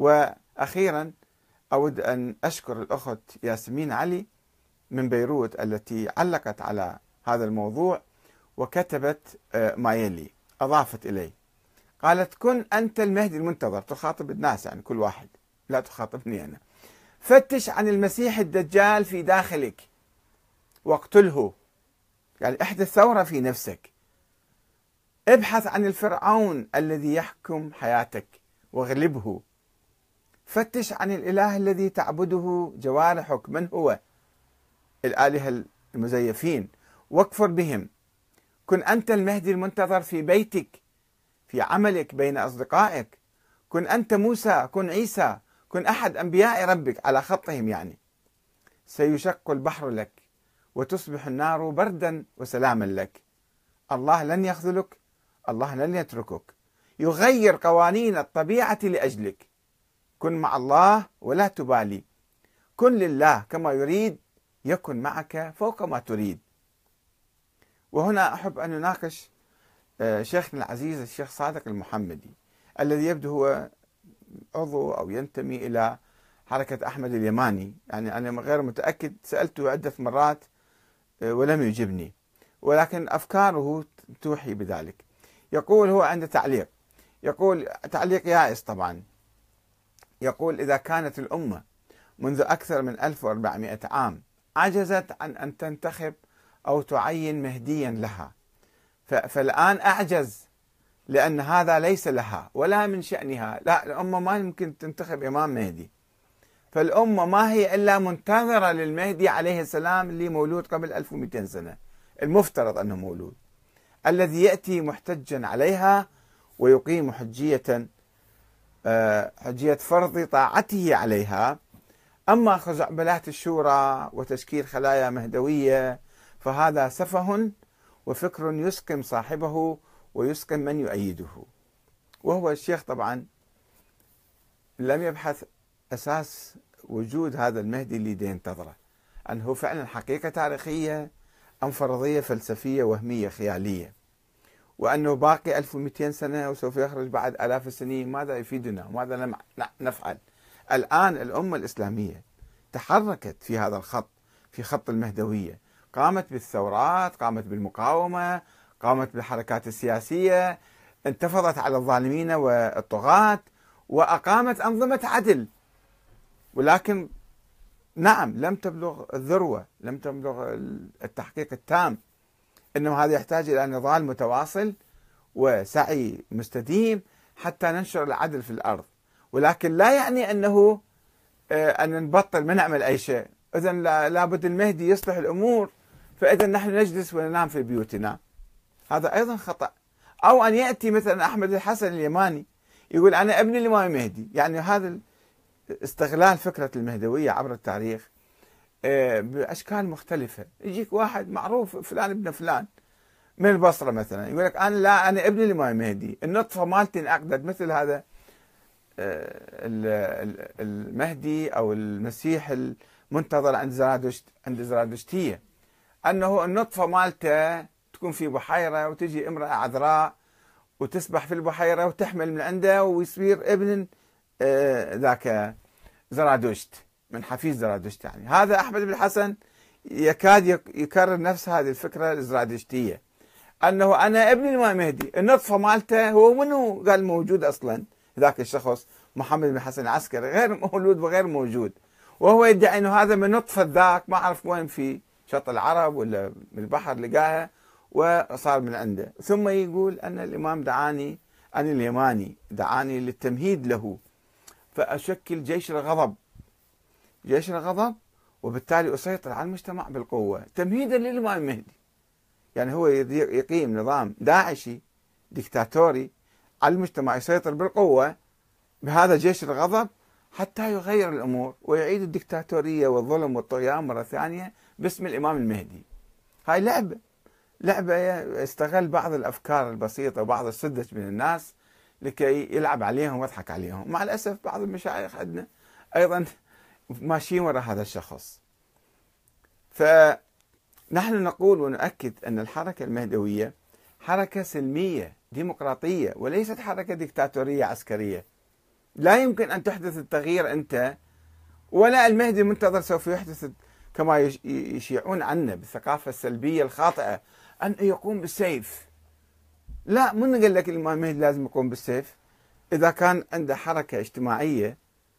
وأخيرا أود أن أشكر الأخت ياسمين علي من بيروت التي علقت على هذا الموضوع وكتبت ما يلي، أضافت إليه، قالت: كن أنت المهدي المنتظر، تخاطب الناس يعني كل واحد، لا تخاطبني أنا. فتش عن المسيح الدجال في داخلك واقتله، يعني احدث ثورة في نفسك. ابحث عن الفرعون الذي يحكم حياتك واغلبه. فتش عن الإله الذي تعبده جوارحك، من هو؟ الآلهة المزيفين، واكفر بهم. كن أنت المهدي المنتظر في بيتك، في عملك، بين أصدقائك. كن أنت موسى، كن عيسى، كن أحد أنبياء ربك على خطهم يعني. سيشق البحر لك وتصبح النار بردا وسلاما لك. الله لن يخذلك، الله لن يتركك، يغير قوانين الطبيعة لأجلك. كن مع الله ولا تبالي، كن لله كما يريد يكن معك فوق ما تريد. وهنا أحب أن نناقش شيخنا العزيز الشيخ صادق المحمدي، الذي يبدو هو عضو أو ينتمي إلى حركة أحمد اليماني، يعني أنا غير متأكد، سألته عدة مرات ولم يجبني، ولكن أفكاره توحي بذلك. يقول هو عنده تعليق، يقول تعليق يائس طبعا، يقول: إذا كانت الأمة منذ أكثر من 1400 عام عجزت عن أن تنتخب أو تعين مهديا لها، فالآن أعجز، لأن هذا ليس لها ولا من شأنها. لا، الأمة ما يمكن تنتخب إمام مهدي، فالأمة ما هي إلا منتظرة للمهدي عليه السلام اللي مولود قبل 1200 سنة، المفترض أنه مولود، الذي يأتي محتجا عليها ويقيم حجية فرض طاعته عليها. أما خزعبلات الشورى وتشكيل خلايا مهدوية فهذا سفه وفكر يسقم صاحبه ويسقم من يؤيده. وهو الشيخ طبعا لم يبحث أساس وجود هذا المهدي اللي ينتظره، أنه فعلا حقيقة تاريخية أم فرضية فلسفية وهمية خيالية، وأنه باقي 1200 سنة وسوف يخرج بعد آلاف السنين. ماذا يفيدنا؟ ماذا نفعل؟ الآن الأمة الإسلامية تحركت في هذا الخط، في خط المهدوية، قامت بالثورات، قامت بالمقاومة، قامت بالحركات السياسية، انتفضت على الظالمين والطغاة، وأقامت أنظمة عدل، ولكن نعم لم تبلغ الذروة، لم تبلغ التحقيق التام. إنما هذا يحتاج إلى نضال متواصل وسعي مستديم حتى ننشر العدل في الأرض، ولكن لا يعني أنه أن نبطل ما نعمل أي شيء. إذا لابد المهدي يصلح الأمور، فإذا نحن نجلس وننام في بيوتنا، هذا أيضا خطأ. أو أن يأتي مثلا أحمد الحسن اليماني يقول: أنا ابن الإمام المهدي. يعني هذا استغلال فكرة المهدوية عبر التاريخ بأشكال مختلفة. يجيك واحد معروف فلان ابن فلان من البصرة مثلا يقول لك: أنا ابن الإمام المهدي، النطفة مالتي انعقدت مثل هذا المهدي أو المسيح المنتظر عند زرادشتية، أنه النطفة مالته تكون في بحيرة وتجي امرأة عذراء وتسبح في البحيرة وتحمل من عنده ويصير ابن ذاك زرادشت، من حفيد زرادشت. يعني هذا أحمد بن الحسن يكاد يكرر نفس هذه الفكرة الزرادشتية، أنه أنا ابن الإمام المهدي، النطفة مالته هو منو قال موجود أصلا؟ ذاك الشخص محمد بن حسن العسكري غير مولود وغير موجود، وهو يدعي أنه هذا من نطفة ذاك ما أعرف وين، في شط العرب ولا من البحر لقاها وصار من عنده. ثم يقول أن الإمام دعاني، أنا اليماني دعاني للتمهيد له، فأشكل جيش الغضب وبالتالي أسيطر على المجتمع بالقوة تمهيدا للإمام المهدي. يعني هو يقيم نظام داعشي ديكتاتوري على المجتمع، يسيطر بالقوة بهذا جيش الغضب حتى يغير الأمور ويعيد الديكتاتورية والظلم والطغيان مرة ثانية باسم الإمام المهدي. هاي لعبة استغل بعض الأفكار البسيطة وبعض السذج من الناس لكي يلعب عليهم ويضحك عليهم. مع الأسف بعض المشايخ عندنا أيضا ماشيين وراء هذا الشخص. فنحن نقول ونؤكد أن الحركة المهدوية حركة سلمية ديمقراطية وليست حركة ديكتاتورية عسكرية. لا يمكن أن تحدث التغيير أنت، ولا المهدي المنتظر سوف يحدث كما يشيعون عنا بالثقافة السلبية الخاطئة أن يقوم بالسيف. لا، من قال لك الإمام المهدي لازم يقوم بالسيف؟ إذا كان عنده حركة اجتماعية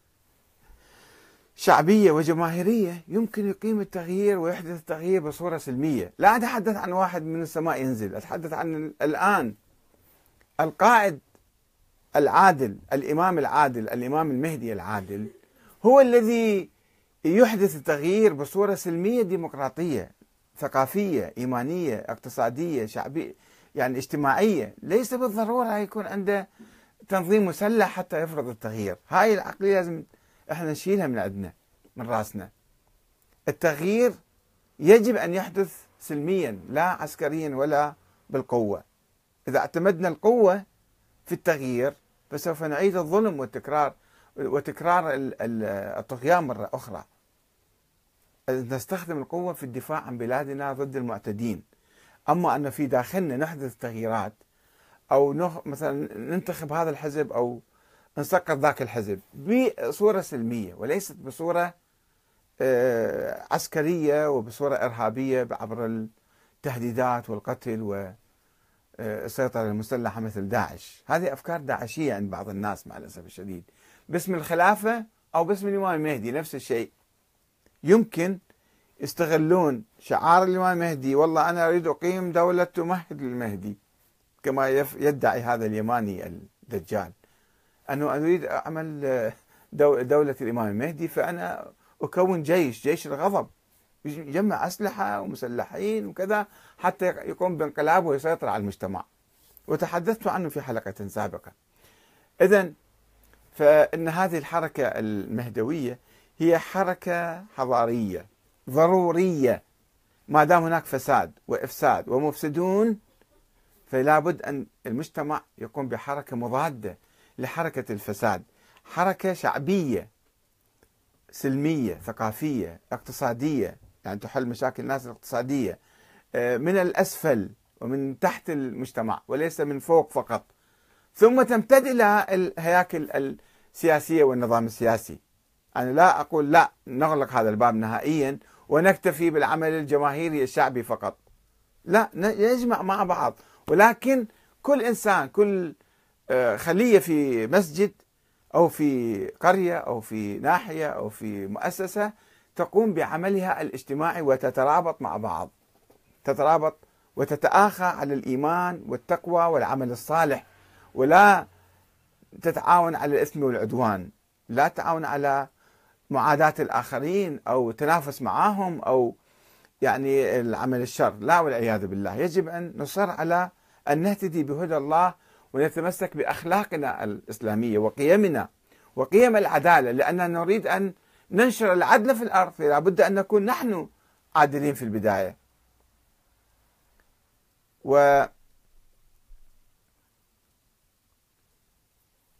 شعبية وجماهيرية يمكن يقيم التغيير ويحدث التغيير بصورة سلمية. لا أتحدث عن واحد من السماء ينزل، أتحدث عن الآن القائد العادل، الإمام العادل، الإمام المهدي العادل هو الذي يحدث التغيير بصورة سلمية ديمقراطية ثقافية إيمانية اقتصادية شعبية، يعني اجتماعية. ليس بالضرورة يكون عنده تنظيم مسلح حتى يفرض التغيير. هاي العقلية لازم احنا نشيلها من عندنا من راسنا. التغيير يجب أن يحدث سلميا لا عسكريا ولا بالقوة. إذا اعتمدنا القوة في التغيير فسوف نعيد الظلم وتكرار الطغيان مرة أخرى. نستخدم القوة في الدفاع عن بلادنا ضد المعتدين. أما أن في داخلنا نحدث تغييرات أو مثلا ننتخب هذا الحزب أو نسقط ذاك الحزب بصورة سلمية وليست بصورة عسكرية وبصورة إرهابية عبر التهديدات والقتل والسيطرة المسلحة مثل داعش. هذه أفكار داعشية عند بعض الناس مع الأسف الشديد، باسم الخلافة أو باسم الإمام المهدي نفس الشيء. يمكن يستغلون شعار الإمام المهدي، والله أنا أريد أقيم دولة تمهد للمهدي، كما يدعي هذا اليماني الدجال أنه أريد أعمل دولة الإمام المهدي، فأنا أكون جيش الغضب يجمع أسلحة ومسلحين وكذا حتى يقوم بانقلاب ويسيطر على المجتمع، وتحدثت عنه في حلقة سابقة. إذن فإن هذه الحركة المهدوية هي حركة حضارية ضرورية. ما دام هناك فساد وإفساد ومفسدون فلا بد أن المجتمع يقوم بحركة مضادة لحركة الفساد، حركة شعبية سلمية ثقافية اقتصادية، يعني تحل مشاكل الناس الاقتصادية من الأسفل ومن تحت المجتمع وليس من فوق فقط، ثم تمتد إلى الهياكل السياسية والنظام السياسي. أنا لا أقول لا نغلق هذا الباب نهائيا ونكتفي بالعمل الجماهيري الشعبي فقط، لا، نجمع مع بعض، ولكن كل إنسان كل خلية في مسجد أو في قرية أو في ناحية أو في مؤسسة تقوم بعملها الاجتماعي وتترابط مع بعض، تترابط وتتآخى على الإيمان والتقوى والعمل الصالح، ولا تتعاون على الإثم والعدوان، لا تتعاون على معاداة الآخرين أو تنافس معهم أو يعني العمل الشر، لا والعياذ بالله. يجب أن نصر على أن نهتدي بهدى الله ونتمسك بأخلاقنا الإسلامية وقيمنا وقيم العدالة، لأننا نريد أن ننشر العدل في الأرض، فلا بد أن نكون نحن عادلين في البداية. وهذا